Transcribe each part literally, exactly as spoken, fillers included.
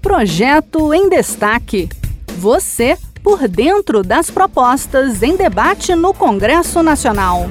Projeto em Destaque. Você por dentro das propostas em debate no Congresso Nacional.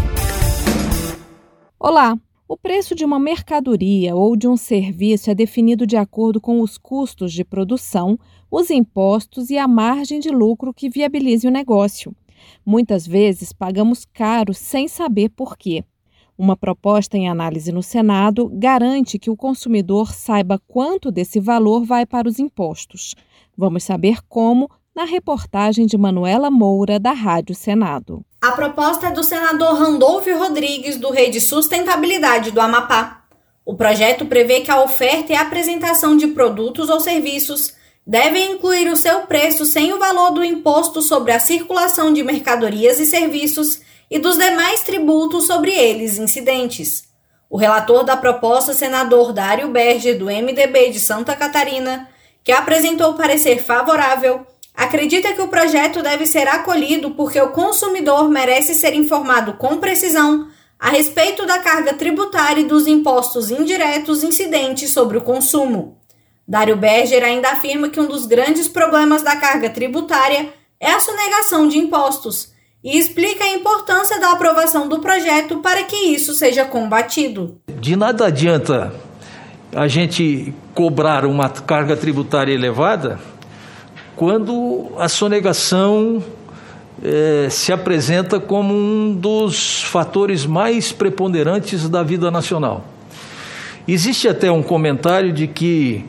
Olá! O preço de uma mercadoria ou de um serviço é definido de acordo com os custos de produção, os impostos e a margem de lucro que viabilize o negócio. Muitas vezes pagamos caro sem saber por quê. Uma proposta em análise no Senado garante que o consumidor saiba quanto desse valor vai para os impostos. Vamos saber como na reportagem de Manuela Moura, da Rádio Senado. A proposta é do senador Randolfo Rodrigues, do Rede Sustentabilidade do Amapá. O projeto prevê que a oferta e a apresentação de produtos ou serviços devem incluir o seu preço sem o valor do imposto sobre a circulação de mercadorias e serviços e dos demais tributos sobre eles incidentes. O relator da proposta, senador Dário Berger, do M D B de Santa Catarina, que apresentou parecer favorável, acredita que o projeto deve ser acolhido porque o consumidor merece ser informado com precisão a respeito da carga tributária e dos impostos indiretos incidentes sobre o consumo. Dário Berger ainda afirma que um dos grandes problemas da carga tributária é a sonegação de impostos e explica a importância da aprovação do projeto para que isso seja combatido. De nada adianta a gente cobrar uma carga tributária elevada quando a sonegação eh, se apresenta como um dos fatores mais preponderantes da vida nacional. Existe até um comentário de que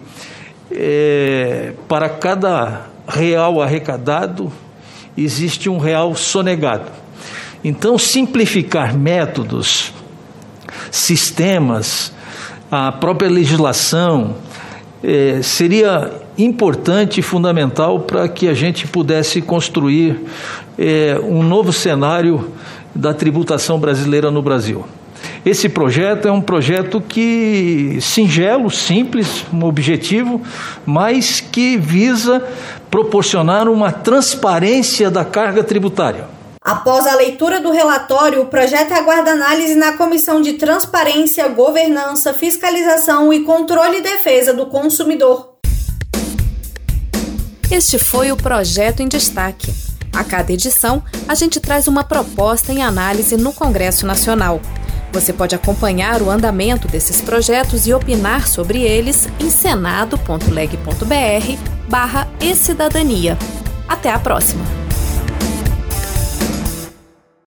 eh, para cada real arrecadado existe um real sonegado. Então, simplificar métodos, sistemas, a própria legislação eh, seria importante e fundamental para que a gente pudesse construir eh, um novo cenário da tributação brasileira no Brasil. Esse projeto é um projeto que singelo, simples, um objetivo, mas que visa proporcionar uma transparência da carga tributária. Após a leitura do relatório, o projeto aguarda análise na Comissão de Transparência, Governança, Fiscalização e Controle e Defesa do Consumidor. Este foi o Projeto em Destaque. A cada edição, a gente traz uma proposta em análise no Congresso Nacional. Você pode acompanhar o andamento desses projetos e opinar sobre eles em senado ponto leg ponto br barra e cidadania. Até a próxima!